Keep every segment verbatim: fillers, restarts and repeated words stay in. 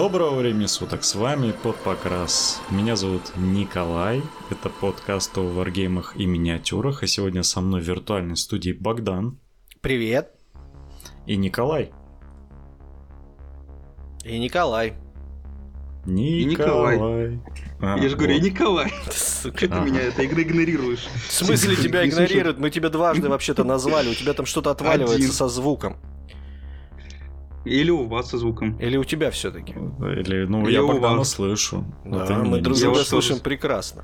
Доброго времени суток, с вами Подпокрас. Меня зовут Николай, это подкаст о варгеймах и миниатюрах, и сегодня со мной в виртуальной студии Богдан. Привет. И Николай. И Николай. Николай. И Николай. А, Я же говорю, вот. Николай. Сука. Что ты меня это игнорируешь? В смысле тебя игнорируют? Мы тебя дважды вообще-то назвали, у тебя там что-то отваливается Один. со звуком. Или у вас со звуком. Или у тебя все-таки. Или, ну, Или я у Богдана вас. слышу. Да, Вот и мы меня друг не друга слышу. слышим прекрасно.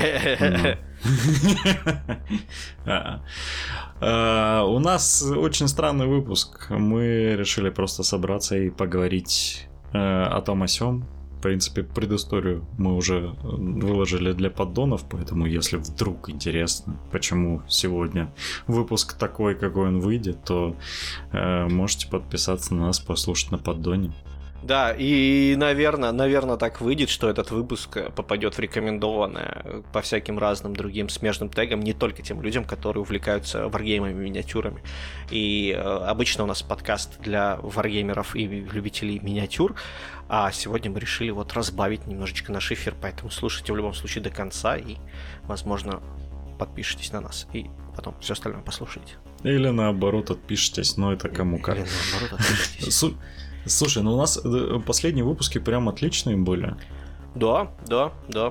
А. А, У нас очень странный выпуск. Мы решили просто собраться и поговорить э, о том о сём. В принципе, предысторию мы уже выложили для поддонов, поэтому если вдруг интересно, почему сегодня выпуск такой, какой он выйдет, то э, можете подписаться на нас, послушать на поддоне. Да, и, наверное, наверное, так выйдет, что этот выпуск попадет в рекомендованное по всяким разным другим смежным тегам, не только тем людям, которые увлекаются варгеймами и миниатюрами. И э, обычно у нас подкаст для варгеймеров и любителей миниатюр, а сегодня мы решили вот разбавить немножечко наш эфир, поэтому слушайте в любом случае до конца и, возможно, подпишитесь на нас и потом все остальное послушайте. Или наоборот отпишитесь, но это кому как. Или наоборот отпишитесь. Су- Слушай, ну у нас э, последние выпуски прям отличные были. Да, да, да.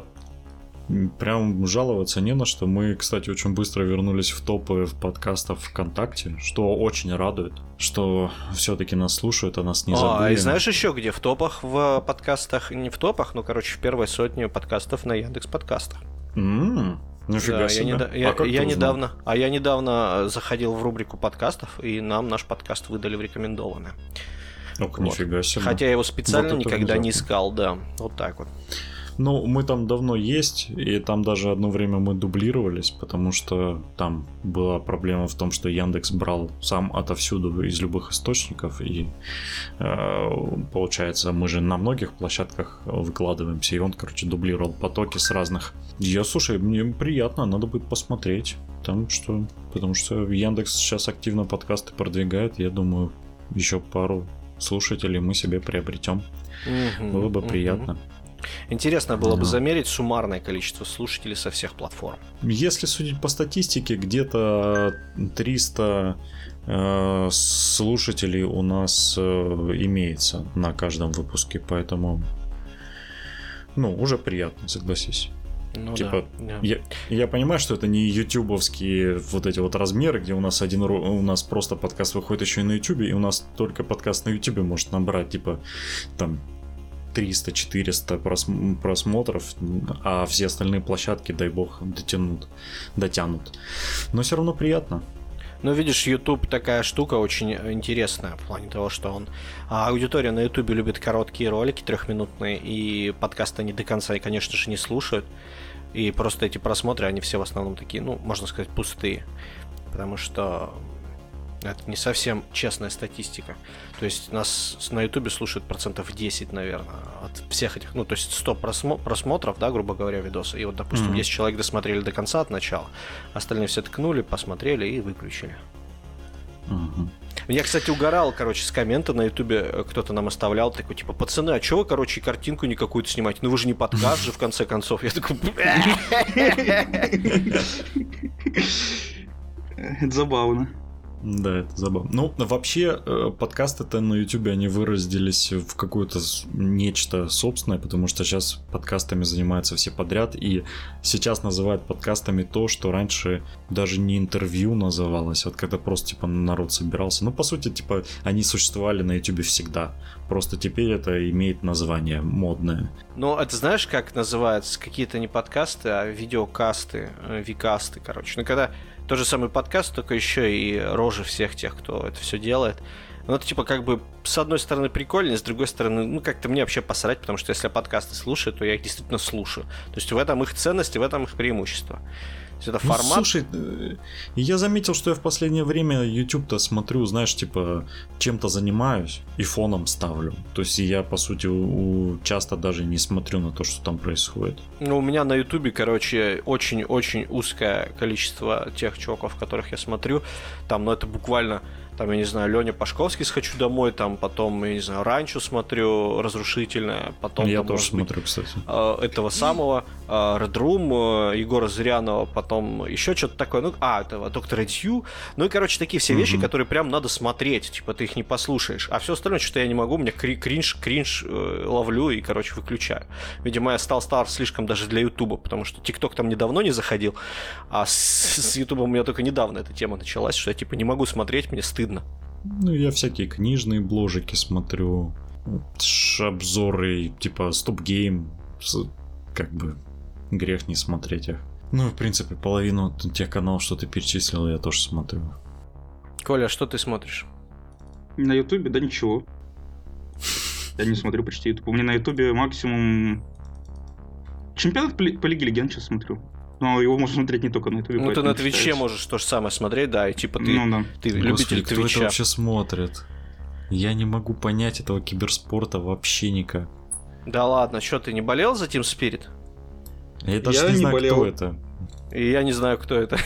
Прям жаловаться не на что. Мы, кстати, очень быстро вернулись в топы в подкастов ВКонтакте, что очень радует, что все-таки нас слушают, а нас не забыли. А, и знаешь еще где? В топах в подкастах, не в топах, ну, короче, в первой сотне подкастов на Яндекс.Подкастах. М-м, нифига Да, себе. я, неда- я- А как я ты узнал? недавно, а я недавно заходил в рубрику подкастов, и нам наш подкаст выдали в рекомендованное. Ох, Вот. нифига себе. Хотя я его специально Вот это никогда не внезапно. искал, да. Вот так вот. Ну, мы там давно есть, и там даже одно время мы дублировались, потому что там была проблема в том, что Яндекс брал сам отовсюду из любых источников, и э, получается, мы же на многих площадках выкладываемся, и он, короче, дублировал потоки с разных. Я, слушай, мне приятно, надо будет посмотреть, там что, потому что Яндекс сейчас активно подкасты продвигает, я думаю, еще пару слушателей мы себе приобретем. Мгм, Было бы мгм. приятно. Интересно было бы Да. замерить суммарное количество слушателей со всех платформ. Если судить по статистике, где-то триста э, слушателей у нас э, имеется на каждом выпуске, поэтому, ну, уже приятно, согласись. Ну Типа, да, да. Я, я понимаю, что это не ютубовские вот эти вот размеры, где у нас один ро- у нас просто подкаст выходит еще и на ютубе, и у нас только подкаст на ютубе может набрать, типа, там, триста-четыреста прос- просмотров, а все остальные площадки, дай бог, дотянут, дотянут. Но все равно приятно. Ну, видишь, YouTube такая штука очень интересная в плане того, что он... А аудитория на YouTube любит короткие ролики трехминутные, и подкасты они до конца, и, конечно же, не слушают. И просто эти просмотры, они все в основном такие, ну, можно сказать, пустые. Потому что это не совсем честная статистика. То есть нас на YouTube слушают процентов десять, наверное, от всех этих... Ну, то есть сто просмо- просмотров, да, грубо говоря, видоса. И вот, допустим, Мгм. десять человек досмотрели до конца, от начала. Остальные все ткнули, посмотрели и выключили. Мгм. Я, кстати, угорал, короче, с коммента на ютубе, кто-то нам оставлял, такой, типа, пацаны, а чё вы, короче, картинку не какую-то снимаете? Ну вы же не подкаст же, в конце концов. Я такой... Это забавно. Да, это забавно. Ну, вообще, э, подкасты-то на YouTube, они выразились в какое-то с- нечто собственное, потому что сейчас подкастами занимаются все подряд, и сейчас называют подкастами то, что раньше даже не интервью называлось, вот когда просто, типа, народ собирался. Ну, по сути, типа, они существовали на YouTube всегда, просто теперь это имеет название модное. Ну, это знаешь, как называются? Какие-то не подкасты, а видеокасты, э, викасты, короче. Ну, когда тот же самый подкаст, только еще и рожи всех тех, кто это все делает. Ну, это, типа, как бы, с одной стороны, прикольно, с другой стороны, ну, как-то мне вообще посрать, потому что если я подкасты слушаю, то я их действительно слушаю. То есть в этом их ценность, и в этом их преимущество. То есть это Ну, формат... слушай, э, я заметил, что я в последнее время YouTube-то смотрю, знаешь, типа, чем-то занимаюсь и фоном ставлю. То есть я, по сути, у- у- часто даже не смотрю на то, что там происходит. Ну, у меня на Ютубе, короче, очень-очень узкое количество тех чуваков, которых я смотрю. Там, ну, это буквально Там, я не знаю, Леня Пашковский «Схочу домой», там потом, я не знаю, «Ранчо» смотрю, «Разрушительное», потом... Я там, тоже может смотрю, быть, кстати. этого самого Red Room Егора Зырянова, потом еще что-то такое, ну, а, этого доктора Дью, ну и, короче, такие все вещи, mm-hmm. которые прям надо смотреть, типа, ты их не послушаешь, а все остальное, что я не могу, мне кринж, кринж э, ловлю и, короче, выключаю. Видимо, я стал стар слишком даже для Ютуба, потому что ТикТок там недавно не заходил, а с, с Ютубом у меня только недавно эта тема началась, что я, типа, не могу смотреть, мне стыдно. Ну, я всякие книжные бложики смотрю, обзоры, типа Стоп Гейм, как бы грех не смотреть их. Ну, в принципе, половину тех каналов, что ты перечислил, я тоже смотрю. Коля, что ты смотришь? На Ютубе, да ничего. Я не смотрю почти Ютуб. У меня на Ютубе максимум... Чемпионат по Лиге Легенд сейчас смотрю. Но его можно смотреть не только на Ютубе. Ну, ты на Твиче считается. Можешь то же самое смотреть, да, и типа ты, ну, да. ты Господи, любитель кто Твича. это вообще смотрит? Я не могу понять этого киберспорта вообще никак. Да ладно, что, ты не болел за Team Spirit? Я даже я не, не знаю, болел. кто это. И я не знаю, кто это.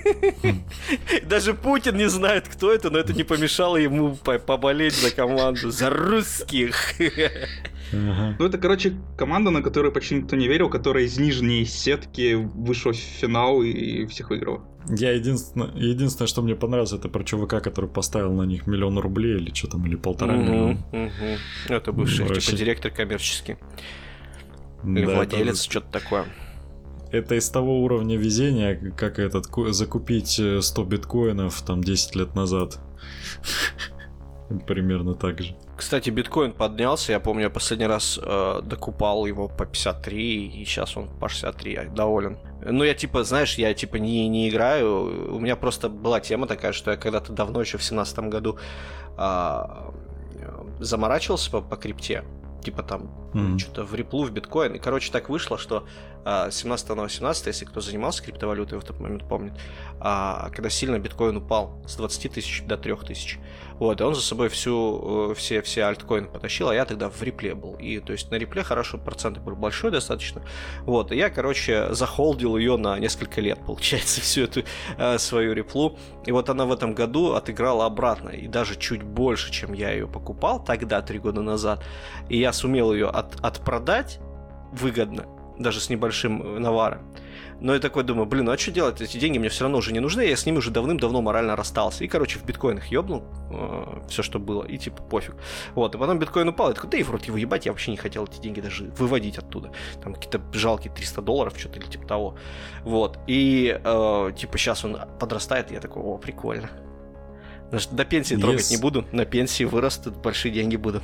Даже Путин не знает, кто это, но это не помешало ему поболеть за команду, за русских. Ага. Ну, это, короче, команда, на которую почти никто не верил, которая из нижней сетки вышла в финал и всех выиграла. Я единственное, единственное, что мне понравилось, это про чувака, который поставил на них миллион рублей или что там, или полтора миллиона. Это бывший, Ну, типа, вообще... директор коммерческий. Или да, владелец, это... что-то такое. Это из того уровня везения, как этот закупить сто биткоинов там десять лет назад. Примерно так же. Кстати, биткоин поднялся. Я помню, я последний раз э, докупал его по пятьдесят три, и сейчас он по шестьдесят три. Я доволен. Ну, я типа, знаешь, я типа не, не играю. У меня просто была тема такая, что я когда-то давно, еще в семнадцатом году, э, заморачивался по, по крипте. Типа там mm-hmm. что-то в реплу, в биткоин. И, короче, так вышло, что э, семнадцатого на восемнадцатое, если кто занимался криптовалютой, в тот момент помнит, э, когда сильно биткоин упал с двадцати тысяч до трёх тысяч. Вот, и он за собой всю, э, все, все альткоины потащил, а я тогда в репле был. И, то есть, на репле хорошо, процент был большой достаточно. Вот, и я, короче, захолдил ее на несколько лет, получается, всю эту э, свою реплу. И вот она в этом году отыграла обратно, и даже чуть больше, чем я ее покупал тогда, три года назад. И я сумел ее от, отпродать выгодно, даже с небольшим наваром. Но я такой думаю, блин, ну а что делать? Эти деньги мне все равно уже не нужны, я с ними уже давным-давно морально расстался. И, короче, в биткоинах ёбнул э, все, что было, и типа пофиг. Вот, и потом биткоин упал, я такой, да и в рот его ебать, я вообще не хотел эти деньги даже выводить оттуда. Там какие-то жалкие триста долларов, что-то или типа того. Вот, и э, типа сейчас он подрастает, и я такой, о, прикольно. До пенсии трогать yes. не буду, на пенсии вырастут, большие деньги будут.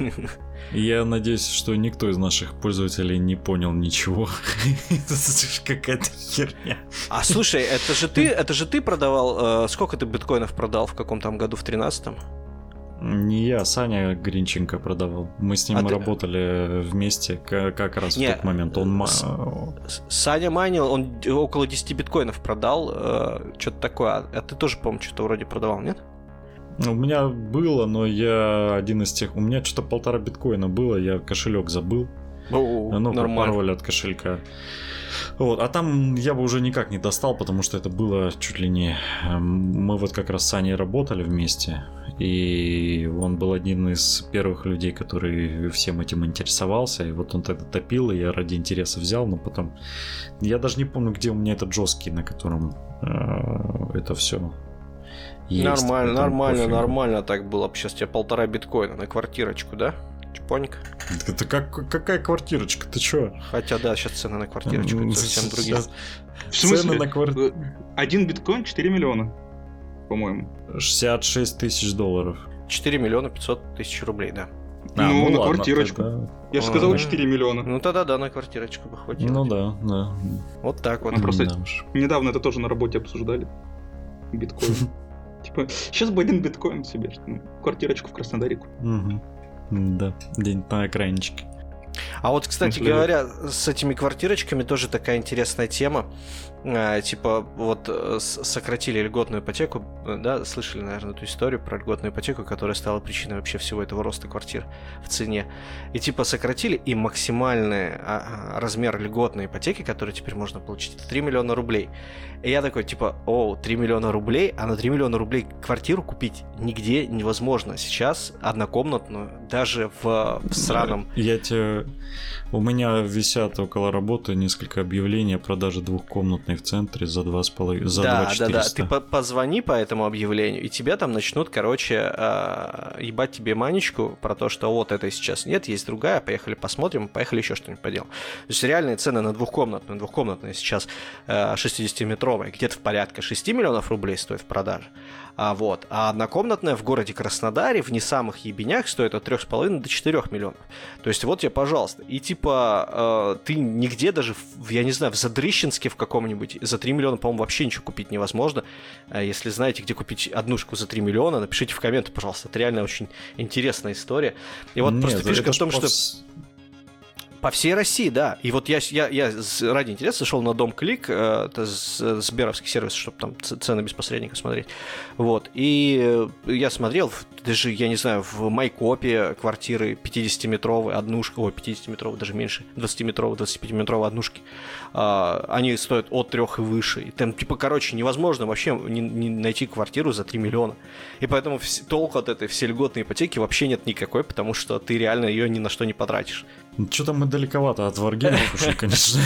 Я надеюсь, что никто из наших пользователей не понял ничего. Это какая-то херня. А слушай, это же ты, это же ты продавал, э, сколько ты биткоинов продал в каком там году, в тринадцатом? Не я, Саня Гринченко продавал. Мы с ним а работали ты... вместе как, как раз не, в тот момент. Он с... Саня майнил, он около десять биткоинов продал, э, что-то такое. А ты тоже, по-моему, что-то вроде продавал, нет? У меня было, но я один из тех... У меня что-то полтора биткоина было, я кошелек забыл. О, ну, нормально. Пароль от кошелька. Вот, а там я бы уже никак не достал, потому что это было чуть ли не... Мы вот как раз с Саней работали вместе, и он был один из первых людей, который всем этим интересовался, и вот он тогда топил, и я ради интереса взял, но потом... Я даже не помню, где у меня этот жесткий, на котором э, это все... Есть, нормально, нормально, пофигу. Нормально так было. Сейчас тебе полтора биткоина на квартирочку, да? Чпоник. Это как, какая квартирочка? Ты чё? Хотя да, сейчас цены на квартирочку совсем другие. В смысле? На квар... Один биткоин четыре миллиона, по-моему. шестьдесят шесть тысяч долларов. четыре миллиона пятьсот тысяч рублей, да. А, ну, ну, на ладно, квартирочку. Тогда... Я же сказал четыре миллиона. Ну тогда да, на квартирочку бы хватило. Ну да, да. Вот так вот. Мы просто да недавно это тоже на работе обсуждали. Биткоин. Типа, сейчас бы один биткоин себе, квартирочку в Краснодаре. Угу. Да, где-нибудь на окраинчике. А вот, кстати Смысле... говоря, с этими квартирочками тоже такая интересная тема. А, типа, вот сократили льготную ипотеку, да, слышали, наверное, эту историю про льготную ипотеку, которая стала причиной вообще всего этого роста квартир в цене. И типа сократили, и максимальный размер льготной ипотеки, которую теперь можно получить, это три миллиона рублей. И я такой, типа, о, три миллиона рублей, а на три миллиона рублей квартиру купить нигде невозможно. Сейчас однокомнатную, даже в, в сраном... Я тебе... У меня висят около работы несколько объявлений о продаже двухкомнатной в центре за два с половиной, за да, два четыреста. Да, да, ты по- позвони по этому объявлению, и тебя там начнут, короче, э- ебать тебе манечку про то, что вот это сейчас нет, есть другая, поехали посмотрим, поехали еще что-нибудь поделаем. То есть реальные цены на двухкомнатную, двухкомнатная сейчас э- шестидесятиметровая, где-то в порядка шести миллионов рублей стоит в продаже. А, вот. А однокомнатная в городе Краснодаре в не самых ебенях стоит от трёх с половиной до четырёх миллионов. То есть вот тебе, пожалуйста. И типа э, ты нигде даже, в, я не знаю, в Задрищенске в каком-нибудь за три миллиона, по-моему, вообще ничего купить невозможно. Э, если знаете, где купить однушку за три миллиона, напишите в комменты, пожалуйста. Это реально очень интересная история. И вот Нет, просто фишка в том, что... Пос... По всей России, да. И вот я, я, я ради интереса зашел на Дом Клик, это сберовский сервис, чтобы там цены без посредника смотреть. Вот. И я смотрел, даже, я не знаю, в Майкопе квартиры пятидесятиметровые, однушка, ой, пятидесятиметровые, даже меньше, двадцатиметровые, двадцатипятиметровые однушки. Они стоят от трех и выше. И там, типа, короче, невозможно вообще не, не найти квартиру за три миллиона. И поэтому вс- толку от этой всей льготной ипотеки вообще нет никакой, потому что ты реально ее ни на что не потратишь. Что-то мы далековато от варгеймов ушли, конечно.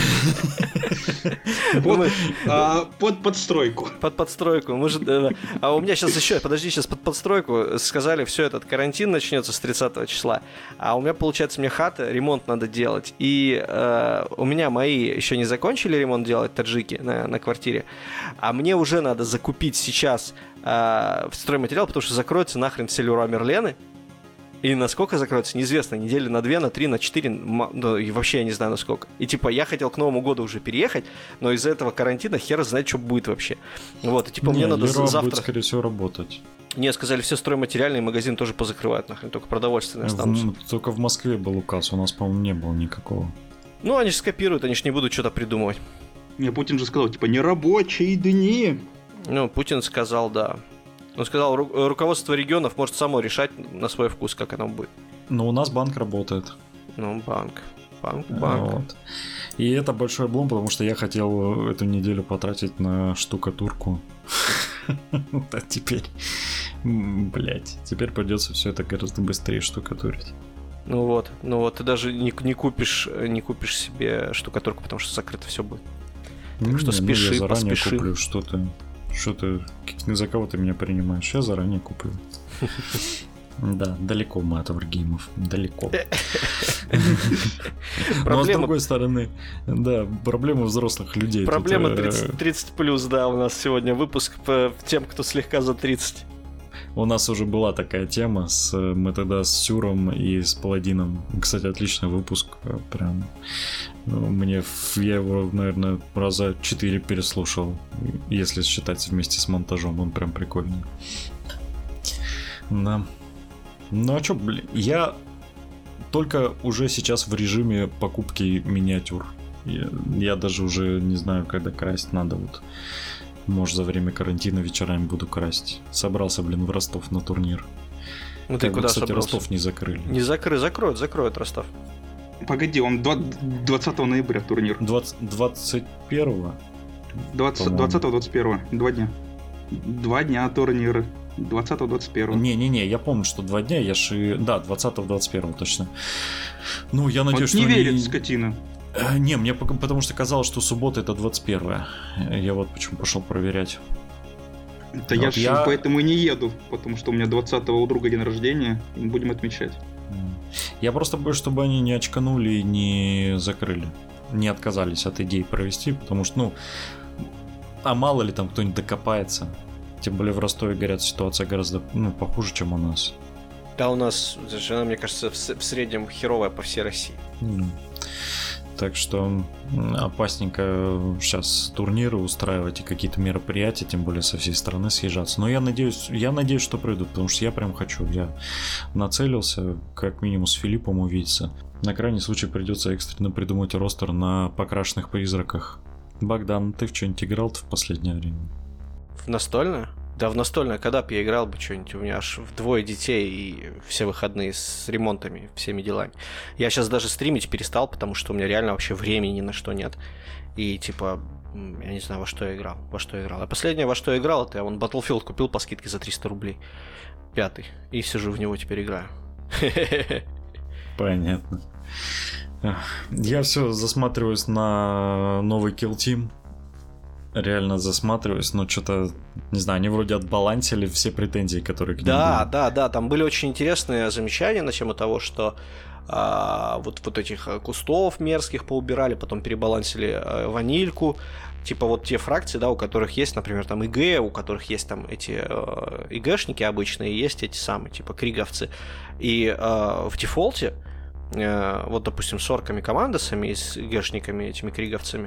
Под подстройку. Под подстройку. А у меня сейчас еще, подожди, сейчас под подстройку сказали, все, этот карантин начнется с тридцатого числа. А у меня, получается, мне хата, ремонт надо делать. И у меня мои еще не закончили ремонт делать, таджики, на квартире. А мне уже надо закупить сейчас стройматериал, потому что закроется нахрен все Леруа Мерлены. И насколько закроется, неизвестно. Недели на две, на три, на четыре, ну, и вообще я не знаю насколько. И типа я хотел к Новому году уже переехать, но из-за этого карантина хер знает, что будет вообще. Вот, и типа не, мне надо Леруа завтра... будет, скорее всего, работать. Не, сказали, все стройматериальные магазины тоже позакрывают, нахрен, только продовольственные останутся. В, только в Москве был указ, у нас, по-моему, не было никакого. Ну, они же скопируют, они же не будут что-то придумывать. Не, Путин же сказал, типа, нерабочие дни. Ну, Путин сказал, да. Он сказал, ру- руководство регионов может само решать на свой вкус, как оно будет. Но у нас банк работает. Ну, банк. Банк, банк. Вот. И это большой облом, потому что я хотел эту неделю потратить на штукатурку. А теперь, блять, теперь придется все это гораздо быстрее штукатурить. Ну вот, ну вот, ты даже не, не купишь, не купишь себе штукатурку, потому что закрыто все будет. Так не, что ну, спеши, я заранее поспеши. куплю, что ты, что ты, за кого ты меня принимаешь? Я заранее куплю. Да, далеко мы от варгеймов, далеко. Но с другой стороны, да, проблема взрослых людей. Проблема тридцать плюс, да, у нас сегодня выпуск по тем, кто слегка за тридцать. У нас уже была такая тема, с, мы тогда с Сюром и с Паладином. Кстати, отличный выпуск, прям. Мне, я его, наверное, раза четыре переслушал, если считать вместе с монтажом, он прям прикольный. Да. Ну а чё, блин, я только уже сейчас в режиме покупки миниатюр. Я, я даже уже не знаю, когда красть надо вот. Может, за время карантина вечерами буду красть. Собрался, блин, в Ростов на турнир. Ну ты как куда бы, кстати, собрался? Ростов не закрыли. Не закры, закроют, закроют Ростов. Погоди, он двадцатого ноября турнир. двадцать первого? двадцатого двадцать первого. Два дня. Два дня турнира. двадцатого двадцать первого. Не-не-не, я помню, что два дня, я же... Да, двадцатого двадцать первого, точно. Ну, я надеюсь, Он что... не верит, они... скотина. Не, мне потому что казалось, что суббота это двадцать первое. Я вот почему пошел проверять. Да я вот ж я... поэтому и не еду, потому что у меня двадцатого у друга день рождения, и будем отмечать. Я просто боюсь, чтобы они не очканули и не закрыли. Не отказались от идеи провести, потому что, ну... А мало ли там кто-нибудь докопается. Тем более в Ростове, говорят, ситуация гораздо, ну, похуже, чем у нас. Да, у нас, мне кажется, в среднем херовая по всей России. Mm. Так что опасненько сейчас турниры устраивать и какие-то мероприятия, тем более со всей страны съезжаться. Но я надеюсь, я надеюсь, что придут, потому что я прям хочу. Я нацелился как минимум с Филиппом увидеться. На крайний случай придется экстренно придумать ростер на покрашенных призраках. Богдан, ты в что-нибудь играл-то в последнее время? В настольное? Да, в настольное, когда бы я играл бы что-нибудь, у меня аж двое детей и все выходные с ремонтами, всеми делами. Я сейчас даже стримить перестал, потому что у меня реально вообще времени ни на что нет. И типа, я не знаю, во что я играл, во что я играл. А последнее, во что я играл, это я вон Battlefield купил по скидке за триста рублей. Пятый. И сижу в него теперь играю. Понятно. Я все засматриваюсь на новый Kill Team. Реально засматриваюсь, но что-то, не знаю, они вроде отбалансили все претензии, которые к ним Да, были. да, да, там были очень интересные замечания на тему того, что а, вот, вот этих кустов мерзких поубирали, потом перебалансили а, ванильку, типа вот те фракции, да, у которых есть, например, там ИГ, у которых есть там эти а, ИГшники обычные, есть эти самые, типа криговцы, и а, в дефолте вот, допустим, с орками командосами и с ИГшниками, этими криговцами,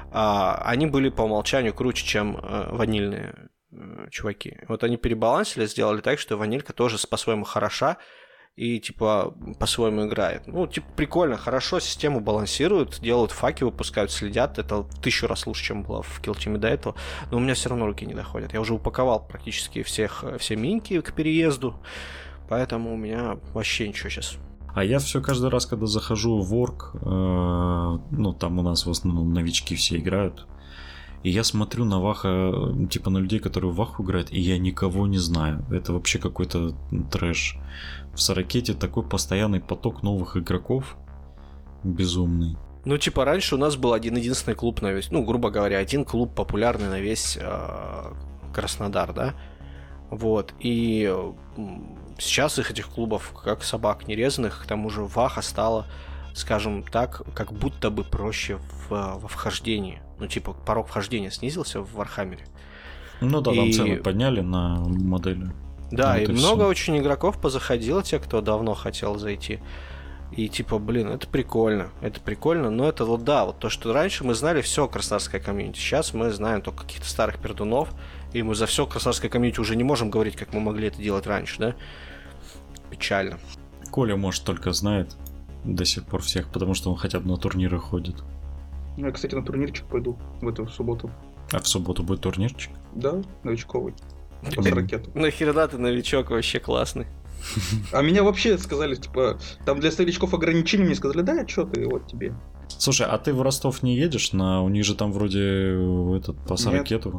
они были по умолчанию круче, чем ванильные чуваки. Вот они перебалансили, сделали так, что ванилька тоже по-своему хороша и, типа, по-своему играет. Ну, типа, прикольно, хорошо систему балансируют, делают факи, выпускают, следят. Это в тысячу раз лучше, чем было в Kill Team до этого. Но у меня все равно руки не доходят. Я уже упаковал практически всех, все миньки к переезду, поэтому у меня вообще ничего сейчас. А я все каждый раз, когда захожу в орг, э, ну, там у нас в основном новички все играют, и я смотрю на Ваха, типа на людей, которые в Ваху играют, и я никого не знаю. Это вообще какой-то трэш. В Сорокете такой постоянный поток новых игроков безумный. Ну, типа, раньше у нас был один-единственный клуб на весь, ну, грубо говоря, один клуб популярный на весь э, Краснодар, да? Вот, и сейчас их, этих клубов, как собак нерезанных, к тому же Ваха стала, скажем так, как будто бы проще в, во вхождении. Ну, типа, порог вхождения снизился в Вархаммере. Ну да, там и... цены подняли на модели. Да, вот и, и много все. очень игроков позаходило, те, кто давно хотел зайти. И типа, блин, это прикольно, это прикольно, но это вот да, вот то, что раньше мы знали все краснодарское комьюнити, сейчас мы знаем только каких-то старых пердунов, и мы за все краснодарское комьюнити уже не можем говорить, как мы могли это делать раньше, да? Печально. Коля, может, только знает до сих пор всех, потому что он хотя бы на турниры ходит. Я, кстати, на турнирчик пойду в эту субботу. А в субботу будет турнирчик? Да, новичковый. По ракету. Нахера ты новичок, вообще классный. А меня вообще сказали, типа, там для старичков ограничения, мне сказали, да, что ты, вот тебе. Слушай, а ты в Ростов не едешь? На... У них же там вроде этот по Сорокету.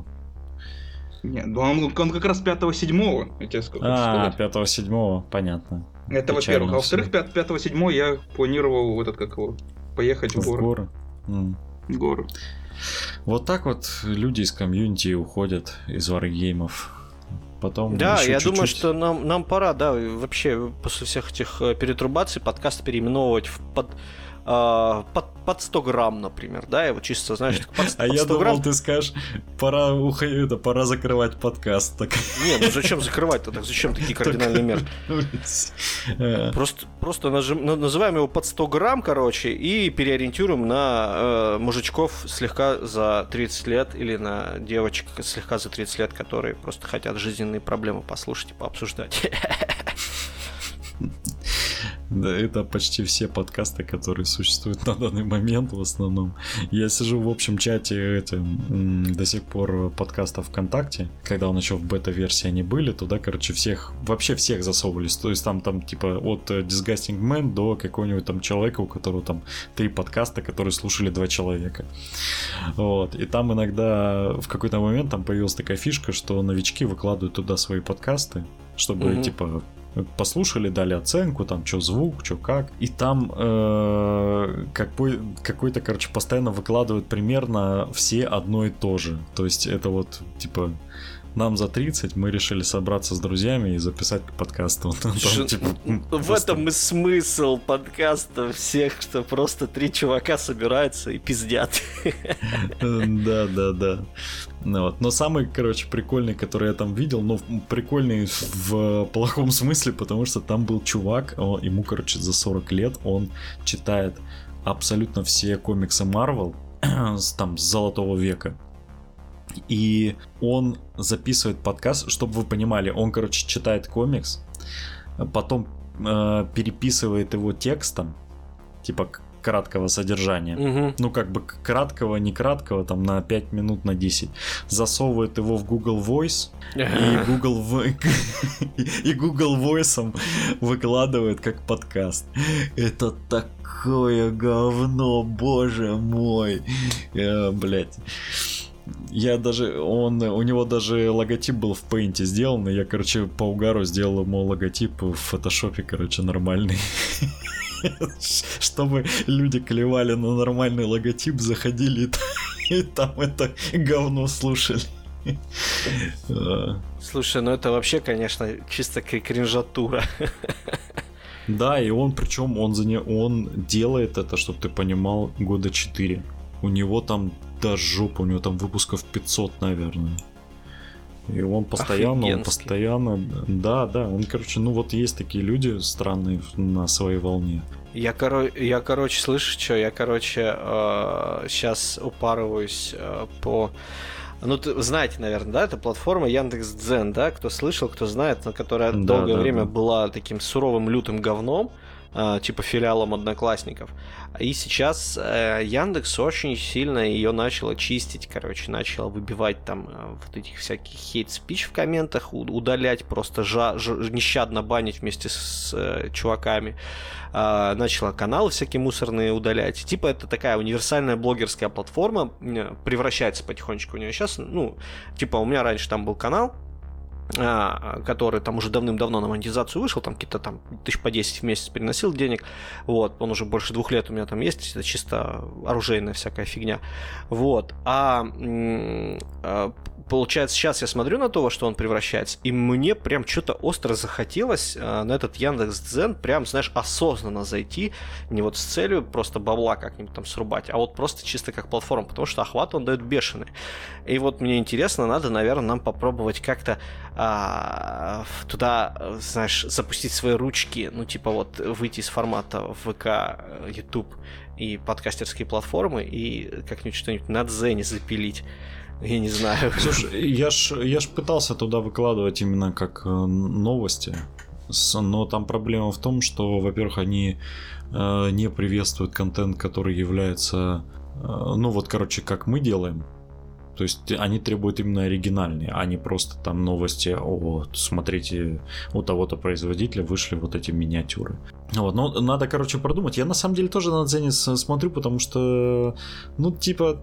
Нет, ну он, он как раз пятого-седьмого, я тебе скажу. А, пятого-седьмого, понятно. Это во-первых. А во-вторых, пятого-седьмого я планировал в этот, как его, поехать в, в горы. горы. Mm. В горы. Вот так вот люди из комьюнити уходят из варгеймов. Потом да, еще я чуть-чуть... думаю, что нам, нам пора, да, вообще после всех этих перетрубаций подкаст переименовывать в под, э, под, под сто грамм, например, да, и вот чисто, знаешь, под, под А я сто думал, грамм... ты скажешь, пора уходить, это, пора закрывать подкаст. Так. Не, ну зачем закрывать-то, так зачем такие кардинальные меры? Просто, просто нажим, называем его под сто грамм, короче, и переориентируем на э, мужичков слегка за тридцать лет или на девочек слегка за тридцать лет, которые просто хотят жизненные проблемы послушать и пообсуждать. Да, это почти все подкасты, которые существуют на данный момент в основном. Я сижу в общем чате этим, до сих пор подкаста ВКонтакте, когда он еще в бета-версии они были, туда, короче, всех, вообще всех засовывались. То есть там, там типа от Disgusting Man до какого-нибудь там человека, у которого там три подкаста, которые слушали два человека. Вот. И там иногда в какой-то момент там появилась такая фишка, что новички выкладывают туда свои подкасты, чтобы, mm-hmm. типа, послушали, дали оценку, там, что звук, что как. И там э, какой, какой-то, короче, постоянно выкладывают примерно все одно и то же. То есть это вот, типа, нам за тридцать, мы решили собраться с друзьями и записать подкаст. Там, типа, в просто... этом и смысл подкаста всех, что просто три чувака собираются и пиздят. Да, да, да. Ну, вот. Но самый, короче, прикольный, который я там видел, но прикольный в плохом смысле, потому что там был чувак, он, ему, короче, за сорок лет, он читает абсолютно все комиксы Marvel там с Золотого века. И он записывает подкаст, чтобы вы понимали, он, короче, читает комикс, потом э, переписывает его текстом, типа краткого содержания. Угу. Ну, как бы краткого, не краткого, там на пять минут, на десять. Засовывает его в Google Voice, и Google, и Google Voice выкладывает как подкаст. Это такое говно, боже мой. Э, блять. Я даже, он, у него даже логотип был в Paint сделан, и я, короче, по угару сделал ему логотип в фотошопе, короче, нормальный. Чтобы люди клевали на нормальный логотип, заходили и там это говно слушали. Слушай, ну это вообще, конечно, чисто кринжатура. Да, и он, причем он, за не... он делает это, чтобы ты понимал, года четыре. У него там до жопы, у него там выпусков пятьсот, наверное. И он постоянно, он постоянно, да, да, он, короче, ну вот есть такие люди странные на своей волне. Я, коро... я короче, слышишь, что, я, короче, э, сейчас упарываюсь э, по... Ну, ты знаете, наверное, да, это платформа Яндекс.Дзен, да, кто слышал, кто знает, которая да, долгое да, время да. была таким суровым лютым говном, э, типа филиалом Одноклассников. И сейчас э, Яндекс очень сильно ее начал чистить, короче, начал выбивать там э, вот этих всяких хейт-спич в комментах, у- удалять, просто жа- ж- нещадно банить вместе с э, чуваками. Э, начала каналы всякие мусорные удалять. Типа это такая универсальная блогерская платформа, э, превращается потихонечку у нее сейчас. Ну, типа у меня раньше там был канал, который там уже давным-давно на монетизацию вышел, там какие-то там тысяч по десять в месяц переносил денег, вот, он уже больше двух лет у меня там есть, это чисто оружейная всякая фигня, вот, а, а получается, сейчас я смотрю на то, во что он превращается, и мне прям что-то остро захотелось а, на этот Яндекс.Дзен прям, знаешь, осознанно зайти, не вот с целью просто бабла как-нибудь там срубать, а вот просто чисто как платформа, потому что охват он дает бешеный. И вот мне интересно, надо, наверное, нам попробовать как-то а, туда, знаешь, запустить свои ручки, ну, типа вот выйти из формата ВК, YouTube и подкастерские платформы и как-нибудь что-нибудь на Дзене запилить. Я не знаю. Слушай, я ж, я ж пытался туда выкладывать именно как новости, но там проблема в том, что, во-первых, они э, не приветствуют контент, который является, э, ну вот, короче, как мы делаем. То есть они требуют именно оригинальные, а не просто там новости, о, смотрите, у того-то производителя вышли вот эти миниатюры. Вот, но надо, короче, продумать. Я на самом деле тоже на Дзене смотрю, потому что, ну, типа...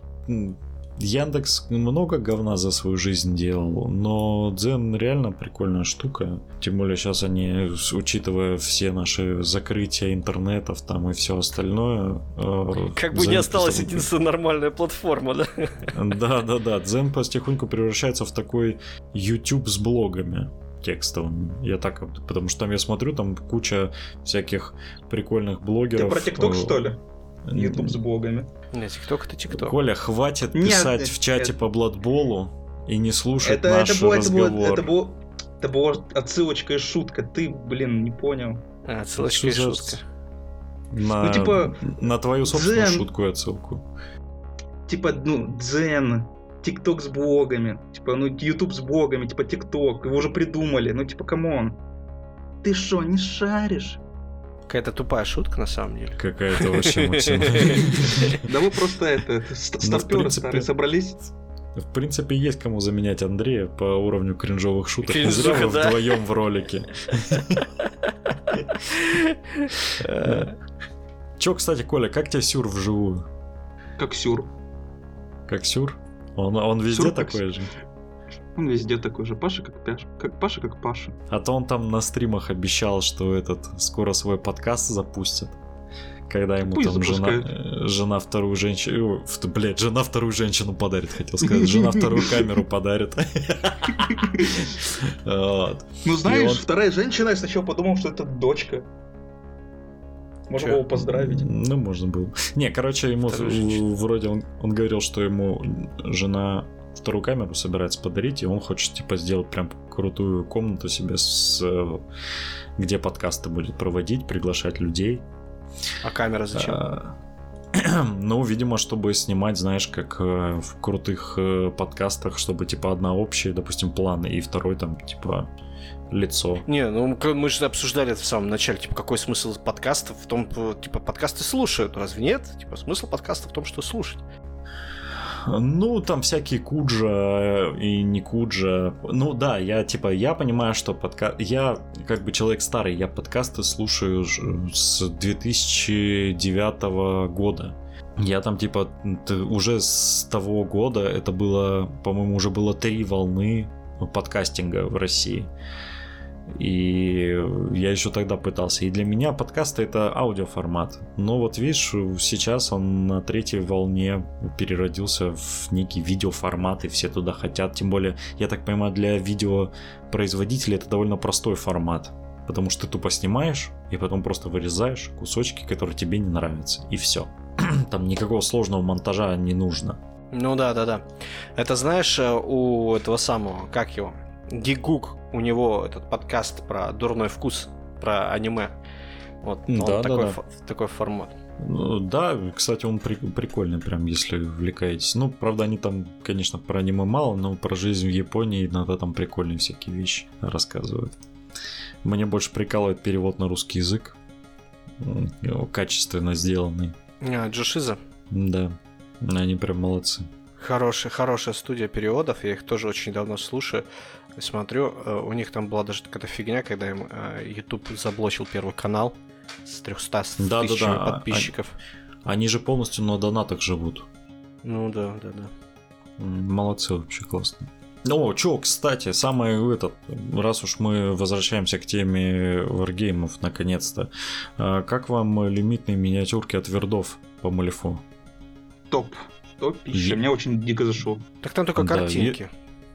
Яндекс много говна за свою жизнь делал, но Дзен реально прикольная штука. Тем более сейчас они, учитывая все наши закрытия интернетов там и все остальное... Как бы Дзен не осталась единственная нормальная платформа, да? Да-да-да, Дзен потихоньку превращается в такой YouTube с блогами текстовыми. Я так, потому что там я смотрю, там куча всяких прикольных блогеров. Ты про ТикТок, что ли? YouTube с блогами. Не, ТикТок это ТикТок. Коля, хватит писать нет, в чате нет. по Бладболу и не слушать это, наш это было, разговор. Это было, это была отсылочка и шутка. Ты, блин, не понял. А, отсылочка и шутка. На, ну, типа, на твою собственную Дзен, шутку и отсылку. Типа, ну, Дзен, ТикТок с блогами. Типа, ну, YouTube с блогами, типа ТикТок. Его уже придумали. Ну, типа, камон. Ты шо, не шаришь? Какая-то тупая шутка, на самом деле. Какая-то вообще максимально. Да вы просто это, старпёры старые собрались. В принципе, есть кому заменять Андрея по уровню кринжовых шуток. Не зря вы вдвоем в ролике. Чё, кстати, Коля, как тебе Сюр вживую? Как Сюр. Как Сюр? Он, он везде Сюр такой как... же? Он везде такой же. Паша как Паша. Как Паша как Паша. А то он там на стримах обещал, что этот скоро свой подкаст запустит. Когда ему Пусть там жена, жена вторую женщину... Блядь, жена вторую женщину подарит, хотел сказать. Жена вторую камеру подарит. Ну знаешь, вторая женщина, я сначала подумал, что это дочка. Можно было поздравить. Ну, можно было. Не, короче, ему вроде он, он говорил, что ему жена вторую камеру собирается подарить, и он хочет, типа, сделать прям крутую комнату себе, с, где подкасты будет проводить, приглашать людей. А камера зачем? Ну, видимо, чтобы снимать, знаешь, как в крутых подкастах, чтобы, типа, одна общая, допустим, план, и второй там, типа, лицо. Не, ну мы же обсуждали это в самом начале, типа, какой смысл подкастов в том, типа, подкасты слушают, разве нет? Типа, смысл подкаста в том, что слушать. Ну, там всякие куджа и не куджа. Ну да, я типа, я понимаю, что подка... я как бы человек старый, я подкасты слушаю с две тысячи девятого года. Я там типа уже с того года, это было, по-моему, уже было три волны подкастинга в России. И я еще тогда пытался. И для меня подкасты — это аудиоформат. Но вот видишь, сейчас он на третьей волне переродился в некий видеоформат, и все туда хотят. Тем более, я так понимаю, для видеопроизводителей это довольно простой формат. Потому что ты тупо снимаешь, и потом просто вырезаешь кусочки, которые тебе не нравятся. И все. Там никакого сложного монтажа не нужно. Ну да, да, да. Это знаешь, у этого самого, как его? Гигук, у него этот подкаст про дурной вкус, про аниме. Вот, да, такой, да, да. Ф- такой формат. Ну, да, кстати, он при- прикольный, прям, если увлекаетесь. Ну, правда, они там, конечно, про аниме мало, но про жизнь в Японии иногда там прикольные всякие вещи рассказывают. Мне больше прикалывает перевод на русский язык. Качественно сделанный. А, Джошиза? Да, они прям молодцы. Хорошая, хорошая студия переводов, я их тоже очень давно слушаю, смотрю, у них там была даже какая-то фигня, когда им YouTube заблочил первый канал с тремястами да, тысячами да, да. подписчиков. Они, они же полностью на донатах живут. Ну да, да, да. Молодцы, вообще классно. О, чё, кстати, самое этот, раз уж мы возвращаемся к теме варгеймов, наконец-то, как вам лимитные миниатюрки от Вердов по Малифу? Топ. Топ пища. Мне очень дико зашел. Так там только Да, картинки.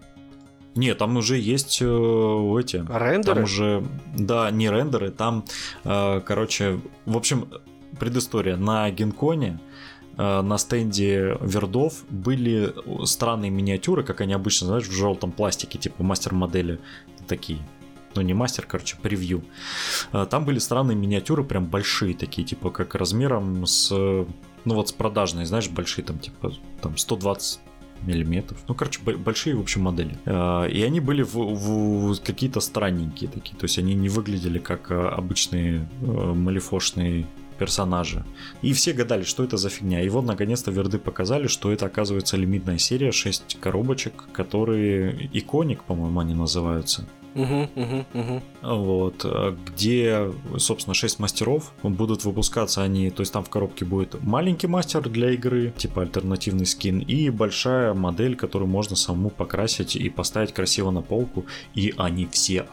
И... Нет, там уже есть э, эти... Рендеры? Там уже, да, не рендеры, там, э, короче, в общем, предыстория. На Генконе, э, на стенде Вердов были странные миниатюры, как они обычно, знаешь, в желтом пластике, типа мастер-модели такие. Ну, не мастер, короче, превью. Э, там были странные миниатюры, прям большие такие, типа как размером с... Ну вот с продажной, знаешь, большие там типа там сто двадцать миллиметров. Ну, короче, большие, в общем, модели. И они были в, в какие-то странненькие такие. То есть они не выглядели как обычные малифошные персонажи. И все гадали, что это за фигня. И вот, наконец-то, Верды показали, что это, оказывается, лимитная серия, шесть коробочек, которые иконик, по-моему, они называются. Угу, угу, угу. Вот, где, собственно, шесть мастеров будут выпускаться они, то есть там в коробке будет маленький мастер для игры, типа альтернативный скин, и большая модель, которую можно самому покрасить и поставить красиво на полку, и они все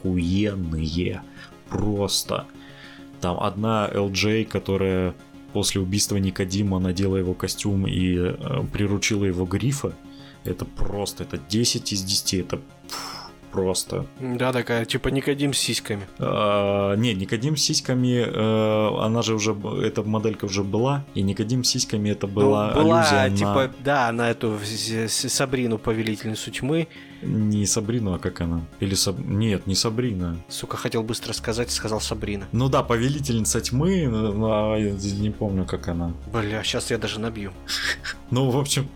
охуенные, просто. Там одна эл джей, которая после убийства Никодима надела его костюм и э, приручила его грифа, это просто, это десять из десяти, это... Просто. Да, такая, типа Никодим с сиськами. А, не, Никодим с сиськами, э, она же уже, эта моделька уже была, и Никодим с сиськами это была, ну, была аллюзия типа, на... да, на эту Сабрину, повелительницу тьмы. Не Сабрину, а как она? Или Саб... Нет, не Сабрина. Сука, хотел быстро сказать, сказал Сабрина. Ну да, повелительница тьмы, но я не помню, как она. Бля, сейчас я даже набью. Ну, в общем,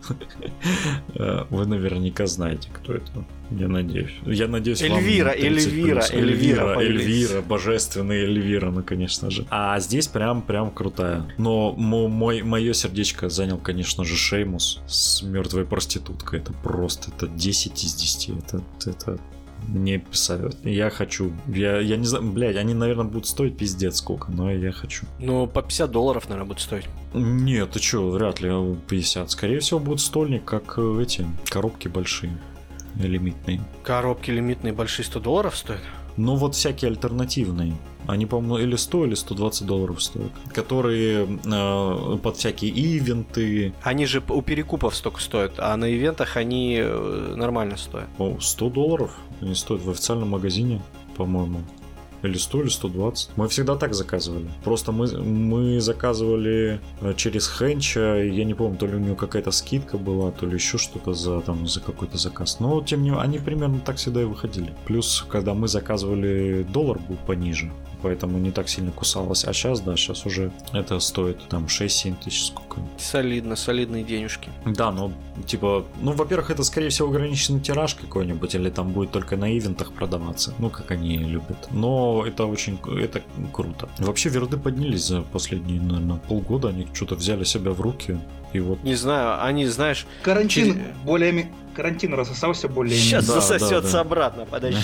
вы наверняка знаете, кто это. Я надеюсь. Я надеюсь, Эльвира, вам Эльвира, Эльвира, Эльвира, Эльвира, божественная Эльвира, ну, конечно же. А здесь прям, прям крутая. Но мой, мое сердечко занял, конечно же, Шеймус с мертвой проституткой. Это просто, это десять из десяти. Это, это не писаю. Я хочу. Я, я не знаю, блядь, они, наверное, будут стоить пиздец сколько, но я хочу. Ну, по пятьдесят долларов, наверное, будет стоить. Нет, ты чё, вряд ли пятьдесят. Скорее всего, будет стольник, как эти коробки большие. Лимитные. Коробки лимитные большие сто долларов стоят? Ну вот всякие альтернативные. Они, по-моему, или сто, или сто двадцать долларов стоят. Которые э, под всякие ивенты. Они же у перекупов столько стоят, а на ивентах они нормально стоят. О, сто долларов? Они стоят в официальном магазине, по-моему. или сто, или сто двадцать. Мы всегда так заказывали. Просто мы, мы заказывали через Хенча, я не помню, то ли у него какая-то скидка была, то ли еще что-то за, там, за какой-то заказ. Но, тем не менее, они примерно так всегда и выходили. Плюс, когда мы заказывали, доллар был пониже, поэтому не так сильно кусалось. А сейчас, да, сейчас уже это стоит там шесть-семь тысяч сколько. Солидно, солидные денежки. Да, ну, типа, ну, во-первых, это, скорее всего, ограниченный тираж какой-нибудь, или там будет только на ивентах продаваться, ну, как они любят. Но это очень, это круто. Вообще, верды поднялись за последние, наверное, полгода, они что-то взяли себя в руки, и вот... Не знаю, они, знаешь... Карантин через... более... Карантин рассосался более-менее. Сейчас да, засосется да, да. обратно, подожди.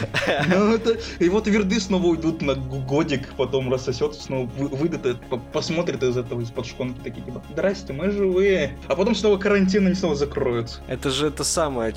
Ну, это... И вот верды снова уйдут на годик, потом рассосется, снова выйдут, посмотрят из этого, из-под шконки, такие типа, здрасте, мы живые. А потом снова карантин, они снова закроются. Это же это самое,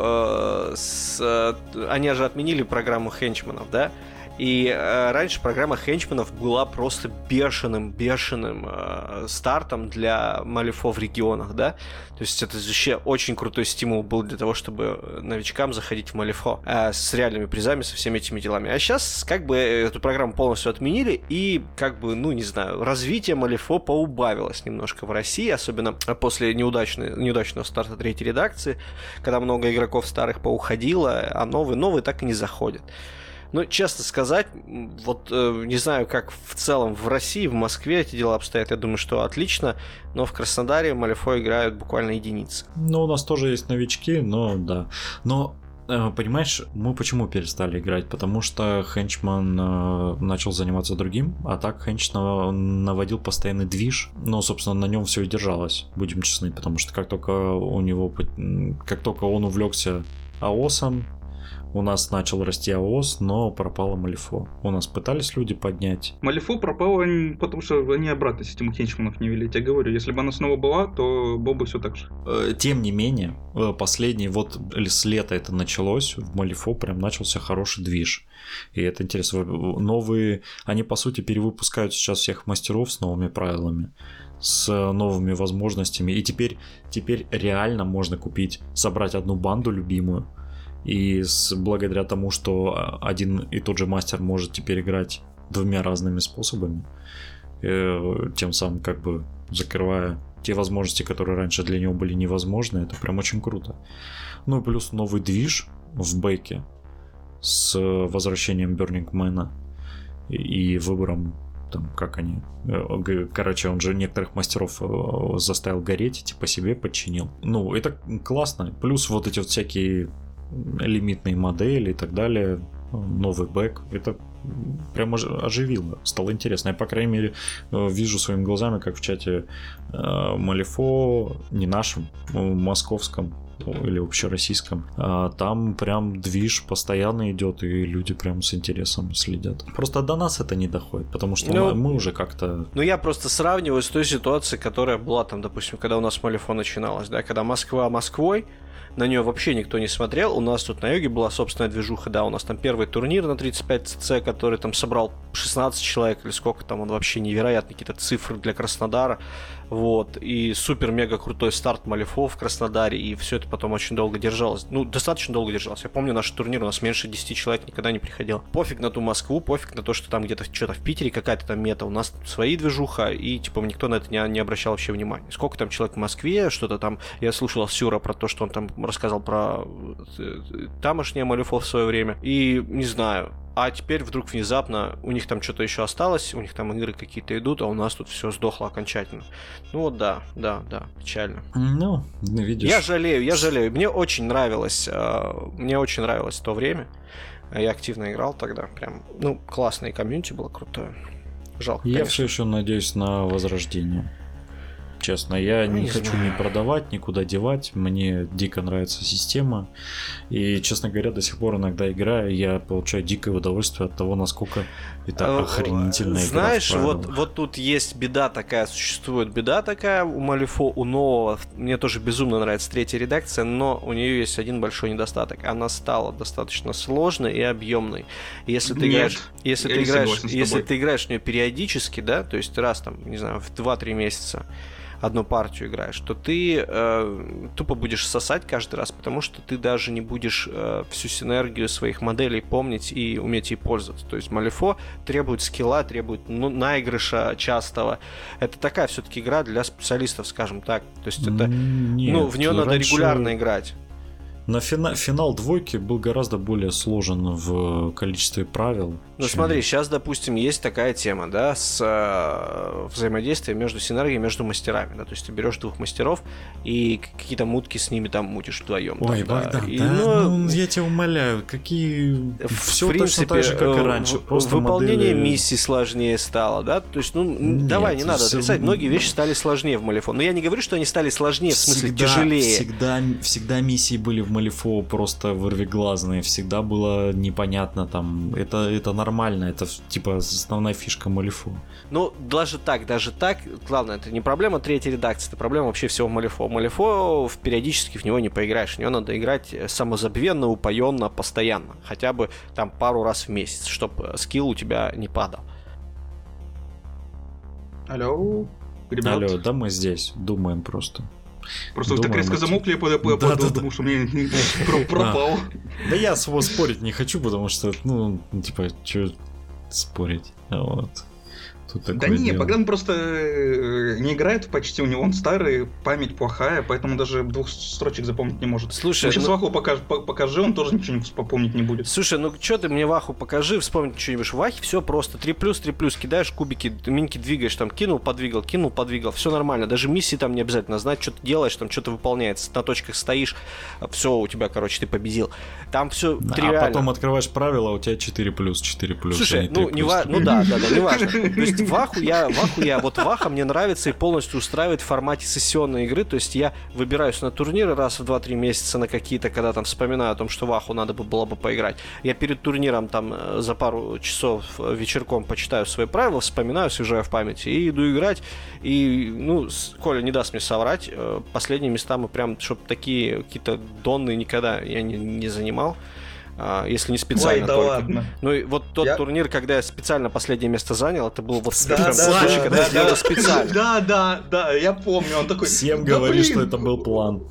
что э, э, они же отменили программу хенчманов, да? И э, раньше программа хенчманов была просто бешеным, бешеным э, стартом для Малифо в регионах, да? То есть это вообще очень крутой стимул был для того, чтобы новичкам заходить в Малифо э, с реальными призами, со всеми этими делами. А сейчас как бы эту программу полностью отменили, и как бы, ну не знаю, развитие Малифо поубавилось немножко в России, особенно после неудачной, неудачного старта третьей редакции, когда много игроков старых поуходило, а новые, новые так и не заходят. Ну, честно сказать, вот э, не знаю, как в целом в России, в Москве эти дела обстоят. Я думаю, что отлично, но в Краснодаре Малифо играют буквально единицы. Ну, у нас тоже есть новички, но да. Но, э, понимаешь, мы почему перестали играть? Потому что Хенчман э, начал заниматься другим, а так Хенч наводил постоянный движ. Ну, собственно, на нем все и держалось, будем честны, потому что как только у него, как только он увлекся АОСом, у нас начал расти АОС, но пропало Малифо. У нас пытались люди поднять. Малифо пропало, потому что они обратно систему хенчманов не вели. Я тебе говорю, если бы она снова была, то было бы все так же. Тем не менее, последний, вот с лета это началось, в Малифо прям начался хороший движ. И это интересно. Новые, они по сути перевыпускают сейчас всех мастеров с новыми правилами, с новыми возможностями. И теперь, теперь реально можно купить, собрать одну банду любимую. И с, благодаря тому, что один и тот же мастер может теперь играть двумя разными способами, э, тем самым как бы закрывая те возможности, которые раньше для него были невозможны, это прям очень круто. Ну и плюс новый движ в бэке с возвращением Burning Man и, и выбором, там, как они... Короче, он же некоторых мастеров заставил гореть, типа себе подчинил. Ну, это классно. Плюс вот эти вот всякие лимитные модели и так далее, новый бэк, это прям оживило, стало интересно. Я, по крайней мере, вижу своими глазами, как в чате Малифо, не нашем, московском или общероссийском, там прям движ постоянно идет, и люди прям с интересом следят. Просто до нас это не доходит, потому что ну, мы уже как-то... Ну, я просто сравниваю с той ситуацией, которая была там, допустим, когда у нас Малифо начиналось, да, когда Москва Москвой, на нее вообще никто не смотрел. У нас тут на юге была собственная движуха, да, у нас там первый турнир на тридцать пять цэ, который там собрал шестнадцать человек или сколько там, он вообще невероятные какие-то цифры для Краснодара, вот, и супер-мега крутой старт Малифо в Краснодаре, и все это потом очень долго держалось, ну, достаточно долго держалось. Я помню наш турнир, у нас меньше десяти человек никогда не приходило. Пофиг на ту Москву, пофиг на то, что там где-то что-то в Питере какая-то там мета, у нас тут свои движуха, и типа никто на это не, не обращал вообще внимания. Сколько там человек в Москве, что-то там, я слушал Сюра про то, что он там рассказал про тамошнее Малифо в свое время, и не знаю. А теперь вдруг внезапно у них там что-то еще осталось, у них там игры какие-то идут, а у нас тут все сдохло окончательно. Ну вот да, да, да, печально. Ну, видишь. Я жалею, я жалею. Мне очень нравилось, мне очень нравилось то время. Я активно играл тогда, прям, ну, классное комьюнити было крутое. Жалко, Я конечно. все еще надеюсь на возрождение. Честно, я не, не хочу знаю. ни продавать, никуда девать. Мне дико нравится система. И, честно говоря, до сих пор иногда играю, я получаю дикое удовольствие от того, насколько это охренительная игра. Знаешь, вот, вот тут есть беда такая, существует беда такая у Малифо, у нового. Мне тоже безумно нравится третья редакция, но у нее есть один большой недостаток. Она стала достаточно сложной и объемной. Если ты Нет, играешь, если ты не играешь, если ты играешь в нее периодически, да, то есть раз там, не знаю, в два-три месяца, одну партию играешь, то ты э, тупо будешь сосать каждый раз, потому что ты даже не будешь э, всю синергию своих моделей помнить и уметь ей пользоваться. То есть Малифо требует скилла, требует ну, наигрыша частого. Это такая все-таки игра для специалистов, скажем так. То есть это, Нет, ну, в нее надо раньше... регулярно играть. На фина... финал двойки был гораздо более сложен в количестве правил. Ну чем... смотри, сейчас, допустим, есть такая тема, да, с э, взаимодействием между синергией между мастерами, да, то есть ты берешь двух мастеров и какие-то мутки с ними там мутишь вдвоем. Ой, там, Богдан, да, и, да, ну, ну, я тебя умоляю, какие... Все принципе, точно так же, как и раньше. Просто выполнение модели... миссий сложнее стало, да, то есть, ну, Нет, давай, не надо все... отрицать, многие вещи стали сложнее в Малифо, но я не говорю, что они стали сложнее, в смысле всегда, тяжелее. Всегда, всегда миссии были в Малифо просто вырвиглазные, всегда было непонятно там, это, это нормально, это типа основная фишка Малифо. Ну, даже так, даже так, главное, это не проблема третьей редакции, это проблема вообще всего Малифо. Малифо периодически в него не поиграешь, в него надо играть самозабвенно, упоенно, постоянно, хотя бы там пару раз в месяц, чтобы скилл у тебя не падал. Алло, ребят. Алло, да мы здесь, думаем просто. Просто вы так резко замолкли, я подумал, да, да, да. что мне пропал. Да я с вами спорить не хочу, потому что, ну, типа, что спорить, вот. Да не, дело. Богдан просто не играет почти, у него он старый, память плохая, поэтому даже двух строчек запомнить не может. Слушай, сейчас ну... Ваху покажи, покажи, он тоже ничего не помнить не будет. Слушай, ну что ты мне Ваху покажи, вспомнить что-нибудь. В Вахе все просто, три плюс, три плюс, кидаешь кубики, миньки двигаешь, там, кинул, подвигал, кинул, подвигал, все нормально, даже миссии там не обязательно знать, что ты делаешь, там, что-то выполняется, на точках стоишь, все, у тебя, короче, ты победил. Там все а тривиально. А потом открываешь правила, у тебя четыре плюс, четыре плюс. Слушай, ну, не ва... ну да, да, да, не важно. То есть Ваху я, Ваху я, вот Ваха мне нравится и полностью устраивает в формате сессионной игры, то есть я выбираюсь на турниры раз в два-три месяца на какие-то, когда там вспоминаю о том, что Ваху надо было бы поиграть. Я перед турниром там за пару часов вечерком почитаю свои правила, вспоминаю, освежаю в памяти и иду играть. И, ну, Коля не даст мне соврать, последние места мы прям, чтобы такие какие-то донные никогда я не, не занимал. А, если не специально. Ой, да только. ладно. Ну и вот тот я... турнир, когда я специально последнее место занял, это был вот да, прям да, случай, да, когда да, я сделал да, специально. Да, да, да, я помню, он такой... Всем да говори, блин! что это был план.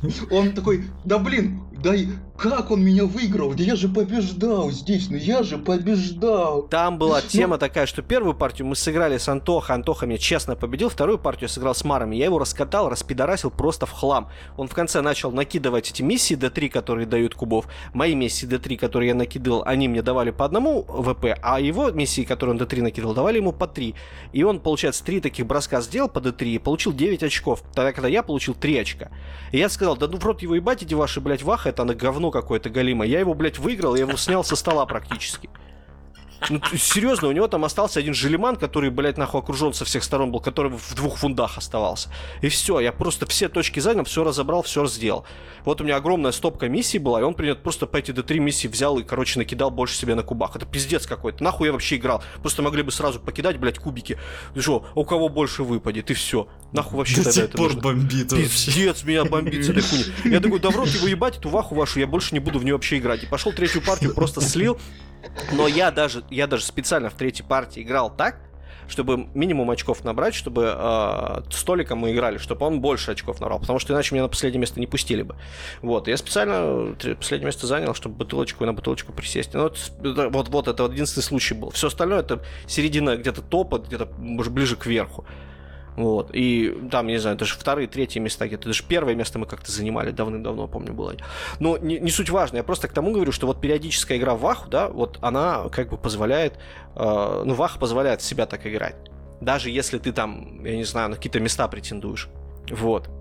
Он такой, да блин, да как он меня выиграл? Да я же побеждал здесь, ну я же побеждал. Там была тема ну... такая, что первую партию мы сыграли с Антоха, Антоха меня честно победил, вторую партию я сыграл с Марами, я его раскатал, распидорасил просто в хлам. Он в конце начал накидывать эти миссии дэ три, которые дают кубов. Мои миссии дэ три, которые я накидывал, они мне давали по одному ВП, а его миссии, которые он дэ три накидывал, давали ему по три. И он, получается, три таких броска сделал по дэ три и получил девять очков, тогда когда я получил три очка. И я сказал, да ну в рот его ебать, эти ваши, блядь, Ваха, это на говно какое-то галимое. Я его, блядь, выиграл, я его снял со стола практически. Ну, серьезно, у него там остался один желеман, который, блядь, нахуй окружен со всех сторон был, который в двух фундах оставался. И все, я просто все точки занял, все разобрал, все сделал. Вот у меня огромная стопка миссий была, и он принят просто по эти дэ три миссии взял и, короче, накидал больше себе на кубах. Это пиздец какой-то. Нахуй я вообще играл. Просто могли бы сразу покидать, блядь, кубики. Ты что, у кого больше выпадет, и все. Нахуй вообще до тогда сих это пор нужно. бомбит. Пиздец, меня бомбит с этой хуйни. Я такой, да в рот его ебать, эту Ваху вашу, я больше не буду в нее вообще играть. И пошел третью партию, просто слил. Но я даже, я даже специально в третьей партии играл так, чтобы минимум очков набрать, чтобы э, столиком мы играли, чтобы он больше очков набрал, потому что иначе меня на последнее место не пустили бы. Вот, я специально последнее место занял, чтобы бутылочку на бутылочку присесть. Ну, вот, вот, вот это вот единственный случай был. Все остальное это середина где-то топа, где-то может ближе к верху. Вот, и там, не знаю, даже вторые, третьи места где-то, даже первое место мы как-то занимали, давным-давно, помню, было. Но не, не суть важно, я просто к тому говорю, что вот периодическая игра в Ваху, да, вот она как бы позволяет, э, ну, Ваха позволяет себя так играть. Даже если ты там, я не знаю, на какие-то места претендуешь. Вот.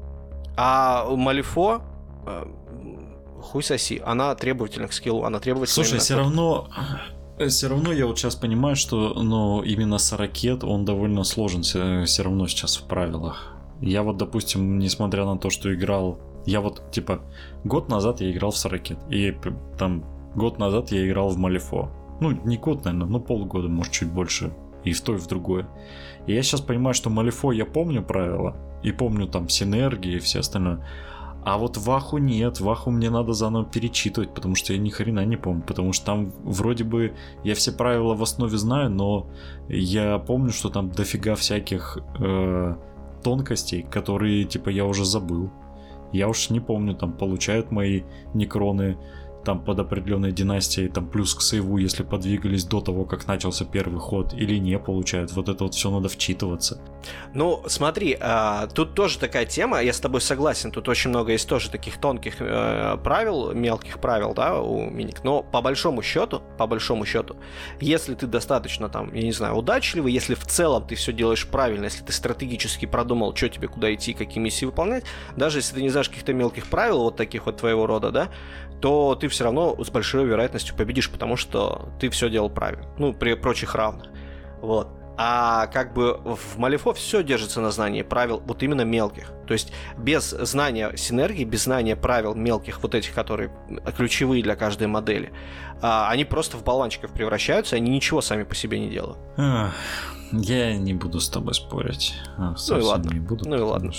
А Малифо, э, хуй соси, она требовательна к скиллу, она требовательна... Слушай, все равно... Все равно я вот сейчас понимаю, что ну, именно Сорокет, он довольно сложен все равно сейчас в правилах. Я вот, допустим, несмотря на то, что играл... Я вот, типа, год назад я играл в Сорокет. И там год назад я играл в Малифо. Ну, не год, наверное, но полгода, может, чуть больше. И в то, и в другое. И я сейчас понимаю, что Малифо я помню правила. И помню там синергии и все остальное. А вот Ваху нет, Ваху мне надо заново перечитывать, потому что я ни хрена не помню, потому что там вроде бы я все правила в основе знаю, но я помню, что там дофига всяких э, тонкостей, которые, типа, я уже забыл. Я уж не помню, там, получают мои некроны там под определенной династией, там, плюс к сейву, если подвигались до того, как начался первый ход, или не получают. Вот это вот все надо вчитываться. Ну, смотри, а, тут тоже такая тема, я с тобой согласен, тут очень много есть тоже таких тонких э, правил, мелких правил, да, у Миник, но по большому счету, по большому счету, если ты достаточно там, я не знаю, удачливый, если в целом ты все делаешь правильно, если ты стратегически продумал, что тебе, куда идти, какие миссии выполнять, даже если ты не знаешь каких-то мелких правил, вот таких вот твоего рода, да, то ты все равно с большой вероятностью победишь, потому что ты все делал правильно, ну, при прочих равных, вот. А как бы в Малифо все держится на знании правил вот именно мелких. То есть без знания синергии, без знания правил мелких, вот этих, которые ключевые для каждой модели, они просто в болванчиков превращаются, они ничего сами по себе не делают. Я не буду с тобой спорить. А, ну и ладно. Не буду, ну и ладно.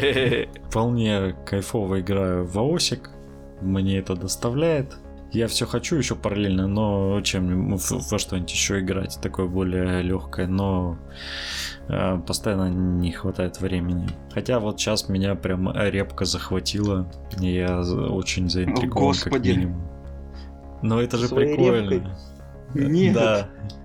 Вполне кайфово играю в АОСик. Мне это доставляет. Я все хочу еще параллельно, но чем во что-нибудь еще играть, такое более легкое, но э, постоянно не хватает времени. Хотя вот сейчас меня прям репка захватила, и я очень заинтригован, О, как минимум. Но это же Своей прикольно. репкой? Нет. Да.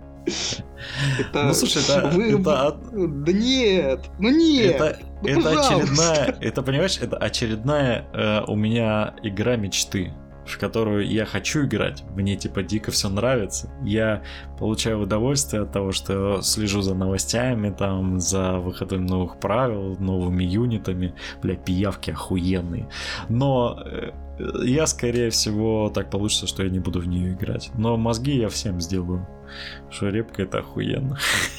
Это... Ну слушай, это, Вы... это... Да нет, ну нет. Это, ну, это пожалуйста. очередная, это понимаешь, это очередная э, у меня игра мечты, в которую я хочу играть. Мне типа дико все нравится. Я получаю удовольствие от того, что слежу за новостями, там, за выходом новых правил, новыми юнитами. Бля, пиявки охуенные. Но э, я, скорее всего, так получится, что я не буду в нее играть. Но мозги я всем сделаю. Что репка это охуенно.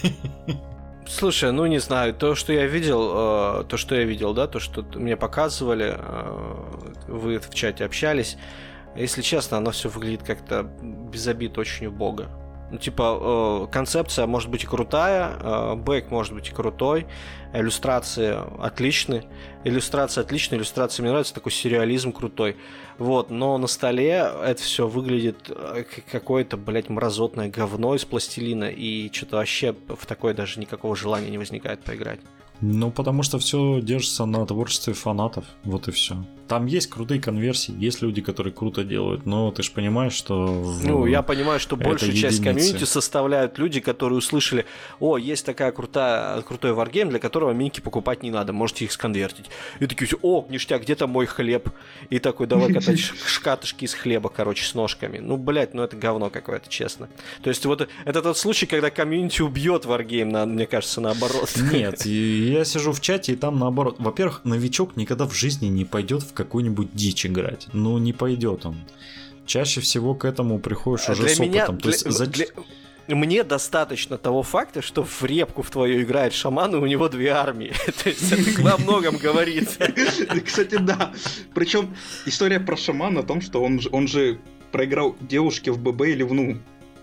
Слушай, ну не знаю, то, что я видел, э, то, что я видел, да, то, что мне показывали, э, вы в чате общались, если честно, оно все выглядит как-то без обид очень убого. Ну, типа, э, концепция может быть и крутая, э, бэк может быть и крутой, иллюстрации отличные, иллюстрация отличная, иллюстрация мне нравится, такой сюрреализм крутой. Вот, но на столе это все выглядит как какое-то, блядь, мразотное говно из пластилина, и что-то вообще в такое даже никакого желания не возникает поиграть. Ну, потому что все держится на творчестве фанатов, вот и все. Там есть крутые конверсии, есть люди, которые круто делают, но ты же понимаешь, что... В... Ну, я понимаю, что большую часть единицы. комьюнити составляют люди, которые услышали: о, есть такая крутая, крутой варгейм, для которого минки покупать не надо, можете их сконвертить. И такие: о, ништяк, где там мой хлеб? И такой: давай катать шкатышки из хлеба, короче, с ножками. Ну, блядь, ну это говно какое-то, честно. То есть вот это тот случай, когда комьюнити убьет варгейм, мне кажется, наоборот. Нет, я сижу в чате, и там наоборот. Во-первых, новичок никогда в жизни не пойдет в какую-нибудь дичь играть. Ну, не пойдет он. Чаще всего к этому приходишь уже для с опытом. Меня, То для, есть, за... для... Мне достаточно того факта, что в репку в твою играет шаман, и у него две армии. То есть это о многом говорит. Кстати, да. Причем история про шамана о том, что он, он же проиграл девушке в ББ и ливну.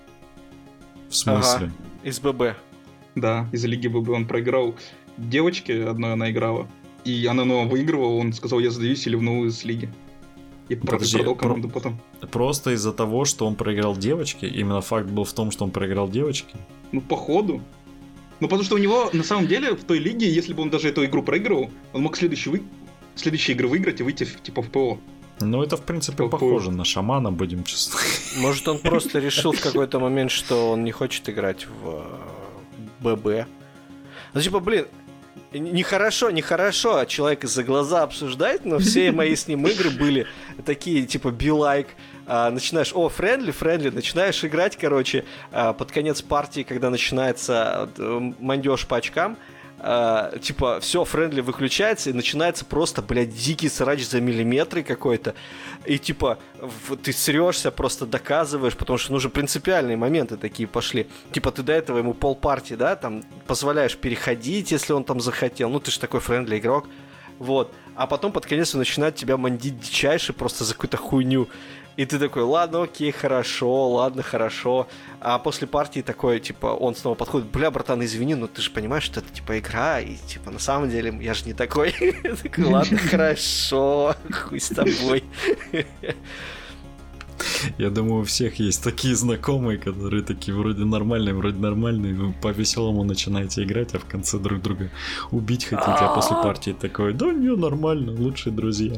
В смысле? Ага, из ББ. Да, из Лиги ББ он проиграл девочке, одной она играла. И она ну, выигрывала, он сказал: я сдаюсь и ливнул из Лиги. И Подожди, продал команду про... потом. Просто из-за того, что он проиграл девочке? Именно факт был в том, что он проиграл девочке? Ну, походу. Ну, потому что у него, на самом деле, в той лиге, если бы он даже эту игру проигрывал, он мог следующий вы... следующие игры выиграть и выйти в, типа в ПО. Ну, это, в принципе, Какой? похоже на шамана, будем честны. Может, он просто решил в какой-то момент, что он не хочет играть в ББ. Ну, типа, блин, нехорошо, нехорошо человека за глаза обсуждать, но все мои с ним игры были такие, типа, be like. А, начинаешь, о, френдли, френдли, начинаешь играть, короче, а, под конец партии, когда начинается мандёж по очкам, а, типа, все, френдли выключается, и начинается просто, блядь, дикий срач за миллиметры какой-то, и, типа, в, ты срёшься, просто доказываешь, потому что, ну, уже принципиальные моменты такие пошли. Типа, ты до этого ему полпартии, да, там, позволяешь переходить, если он там захотел, ну, ты же такой френдли игрок, вот, а потом под конец он начинает тебя мандить дичайше просто за какую-то хуйню. И ты такой: ладно, окей, хорошо, ладно, хорошо. А после партии такой, типа, он снова подходит: бля, братан, извини, но ты же понимаешь, что это, типа, игра, и, типа, на самом деле я же не такой. Такой: ладно, хорошо, хуй с тобой. Я думаю, у всех есть такие знакомые, которые такие вроде нормальные, вроде нормальные, вы по-веселому начинаете играть, а в конце друг друга убить хотите, а после партии такой, да не, нормально, лучшие друзья.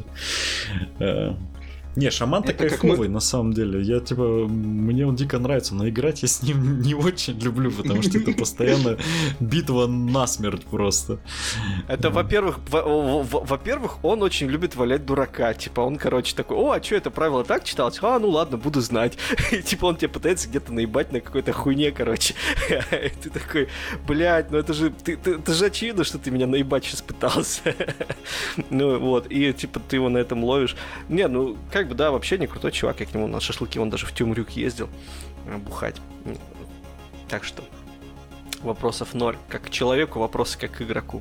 Не, шаман это кайфовый, мы... на самом деле. Я, типа, мне он дико нравится, но играть я с ним не очень люблю, потому что это постоянно битва насмерть просто. Это, во-первых, во-первых, он очень любит валять дурака. Типа, он, короче, такой, о, а что это правило так читалось? А, ну ладно, буду знать. И, типа, он тебе пытается где-то наебать на какой-то хуйне, короче. И ты такой, блядь, ну это же, ты, ты, это же очевидно, что ты меня наебать сейчас пытался. Ну, вот, и, типа, ты его на этом ловишь. Не, ну, как бы, да, вообще не крутой чувак, я к нему на шашлыки, он даже в Тюмрюк ездил бухать. Так что вопросов ноль. Как к человеку, вопросы как к игроку.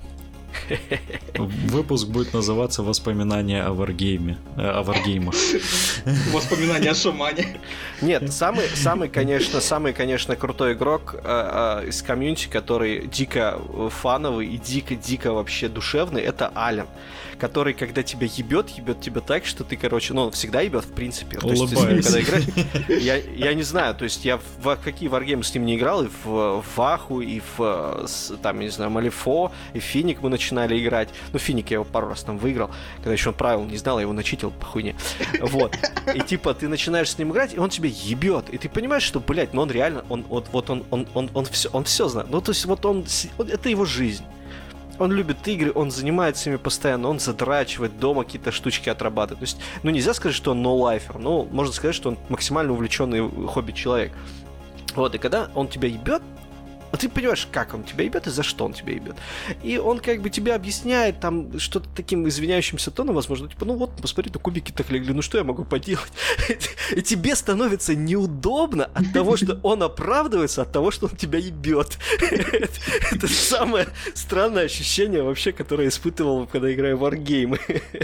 Выпуск будет называться «Воспоминания о варгейме», о варгеймах. Воспоминания о шамане. Нет, самый, самый, конечно, самый, конечно, крутой игрок э, э, из комьюнити, который дико фановый и дико-дико вообще душевный, это Ален, который, когда тебя ебет, ебет тебя так, что ты, короче, ну, он всегда ебет, в принципе. То есть, ты с ним, когда играешь, я, я не знаю, то есть я в, в какие варгеймы с ним не играл, и в, в Аху, и в, там, я не знаю, Малифо, и в Финик мы начинали играть. Ну, Финик я его пару раз там выиграл, когда еще он правил не знал, я его начитил по хуйне. Вот. И типа ты начинаешь с ним играть, и он тебя ебет. И ты понимаешь, что, блядь, ну он реально, он вот, вот он, он, он, он, все, он все знает. Ну, то есть вот он, он, это его жизнь. Он любит игры, он занимается ими постоянно, он задрачивает дома какие-то штучки отрабатывает. То есть, ну, нельзя сказать, что он ноу-лайфер, но можно сказать, что он максимально увлеченный хобби-человек. Вот, и когда он тебя ебет, ты понимаешь, как он тебя ебет и за что он тебя ебет. И он как бы тебе объясняет там что-то таким извиняющимся тоном, возможно, типа, ну вот, посмотри, на кубики так легли, ну что я могу поделать? И тебе становится неудобно от того, что он оправдывается, от того, что он тебя ебет. Это самое странное ощущение вообще, которое я испытывал, когда играю в варгеймы.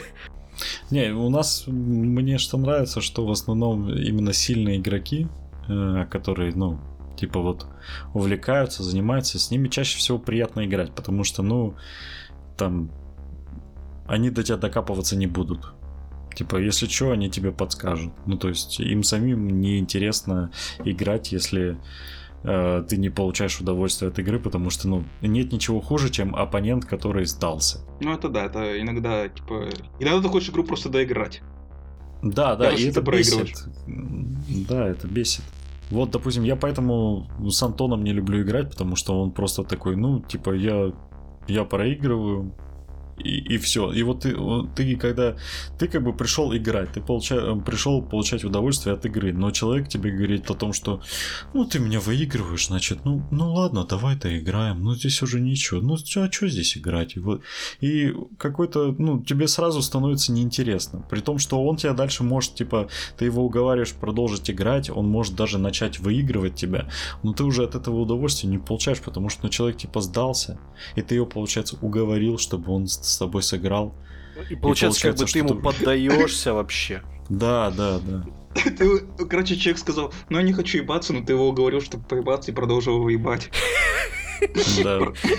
Не, у нас, мне что нравится, что в основном именно сильные игроки, которые, ну, типа вот увлекаются, занимаются, с ними чаще всего приятно играть, потому что, ну, там, они до тебя докапываться не будут. Типа, если что, они тебе подскажут. Ну, то есть, им самим не интересно играть, если э, ты не получаешь удовольствие от игры, потому что, ну, нет ничего хуже, чем оппонент, который сдался. Ну, это да, это иногда, типа, иногда ты хочешь игру просто доиграть. Да, да, и это бесит. Да, это бесит. Вот, допустим, я поэтому с Антоном не люблю играть, потому что он просто такой, ну, типа, я, я проигрываю, и, и все. И вот ты, ты, когда ты как бы пришел играть, ты получа, пришел получать удовольствие от игры, но человек тебе говорит о том, что, ну, ты меня выигрываешь, значит, ну, ну ладно, давай доиграем, ну, здесь уже ничего, ну, а что здесь играть? И, вот, и какой-то, ну, тебе сразу становится неинтересно, при том, что он тебя дальше может, типа, ты его уговариваешь продолжить играть, он может даже начать выигрывать тебя, но ты уже от этого удовольствия не получаешь, потому что, ну, человек, типа, сдался, и ты его, получается, уговорил, чтобы он с тобой сыграл. И получается, и получается как бы ты ему поддаешься вообще. Да, да, да. Ты, короче, человек сказал, ну я не хочу ебаться, но ты его уговорил, чтобы поебаться, и продолжил его ебать. Да.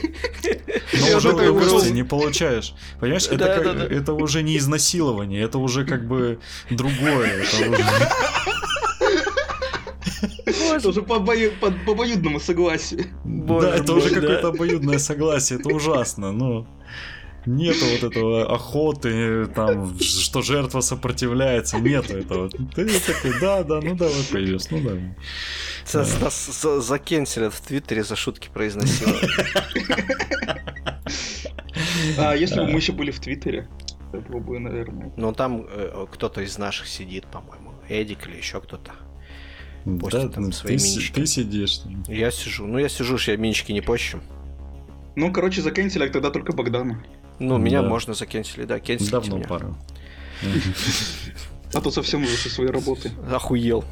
Но уже удовольствие не получаешь. Понимаешь, это, да, как, да, да. это уже не изнасилование, это уже как бы другое. Это уже... Это уже по, обою... по, по обоюдному согласию. Боже, да, это боже, уже да. какое-то обоюдное согласие, это ужасно, но... Нету вот этого охоты, там, что жертва сопротивляется, нету этого. Ты такой, да, да, ну давай появись, ну давай. Нас закенселят в Твиттере за шутки про изнасилование. А если бы мы еще были в Твиттере, это было бы, наверное... Ну там кто-то из наших сидит, по-моему, Эдик или еще кто-то. Да, там свои минички. Ты сидишь. Я сижу, ну я сижу, я минички не пощу. Ну, короче, закенсили тогда только Богдана. Ну, меня да. можно закенсили, да, кенсилите давно меня. Пора. А то совсем уже со своей работы. Охуел.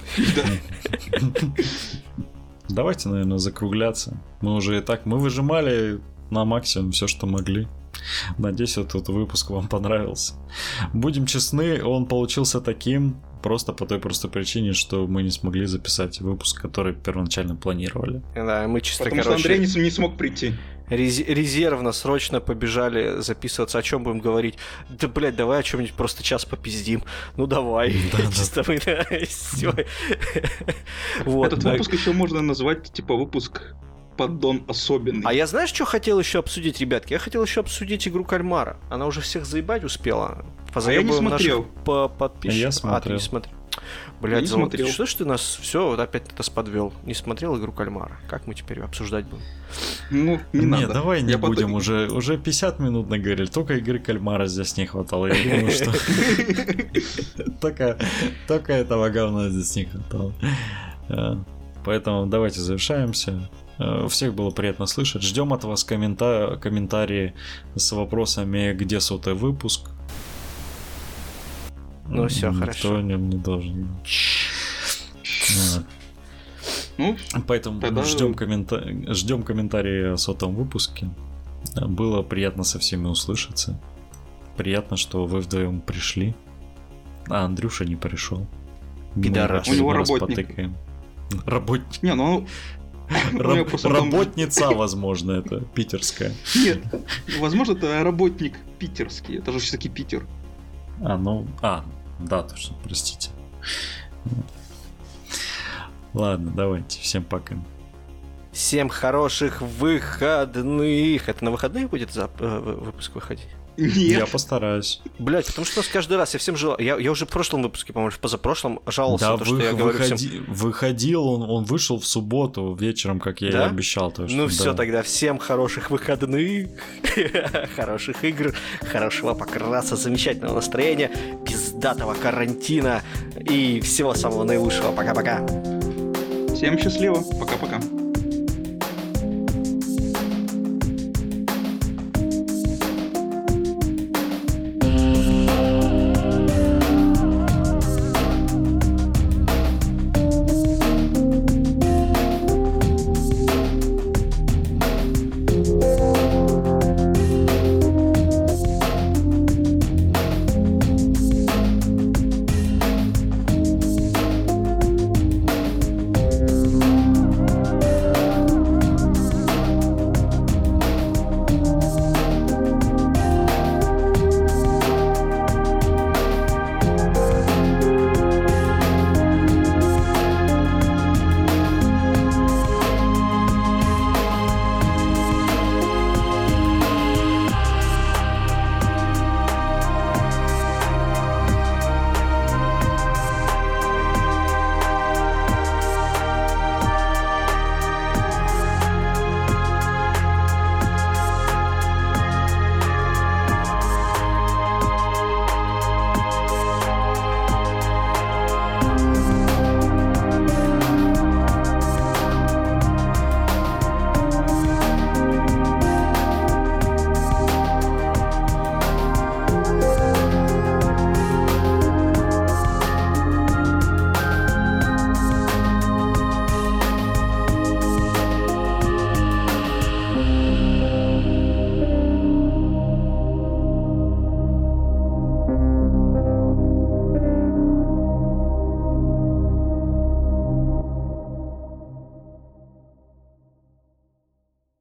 Давайте, наверное, закругляться. Мы уже и так, мы выжимали на максимум все, что могли. Надеюсь, этот выпуск вам понравился. Будем честны, он получился таким просто по той простой причине, что мы не смогли записать выпуск, который первоначально планировали. Да, мы чисто, Потому короче... что Андрей не, не смог прийти. Рез- резервно, срочно побежали записываться, о чем будем говорить. Да, блядь, давай о чем-нибудь просто час попиздим. Ну давай. Чисто мы, все. Этот выпуск еще можно назвать, типа, выпуск поддон особенный. А я знаешь, что хотел еще обсудить, ребятки? Я хотел еще обсудить игру кальмара. Она уже всех заебать успела. А я не смотрел. По подписчикам. Я смотрел. А, ты не смотрел. Блядь, не смотрел. Что ж ты нас все вот опять нас подвел? Не смотрел игру кальмара. Как мы теперь обсуждать будем? Ну, не, не надо. давай не я будем, потом... уже, уже пятьдесят минут наговорили, только игры кальмара здесь не хватало. Я думаю, что только этого говна здесь не хватало. Поэтому давайте завершаемся. У всех было приятно слышать. Ждем от вас коммента- комментарии с вопросами, где сотый выпуск. Ну все, Никто хорошо. о нем не должен. Ну, поэтому тогда... ждем, коммента... ждем комментарии о сотом выпуске. Было приятно со всеми услышаться. Приятно, что вы вдвоем пришли. А Андрюша не пришел. Пидорас. У него работник. Работник. Не, ну... Раб... Работница, возможно, это питерская. Нет, возможно, это работник питерский. Это же все-таки Питер. А, ну... А, да, точно, простите. Ладно, давайте, всем пока. Всем хороших выходных. Это на выходные будет зап- выпуск выходить? Нет. Я постараюсь. Блять, потому что у нас каждый раз я всем желал. Я, я уже в прошлом выпуске, по-моему, в позапрошлом жаловался да, на то, вы, что я говорю выходи, всем... Выходил, он, он вышел в субботу вечером, как я да? и обещал. То, что, ну да. все, тогда всем хороших выходных, хороших игр, хорошего покраса, замечательного настроения, пиздатого карантина и всего самого наилучшего. Пока-пока. Всем счастливо. Пока-пока.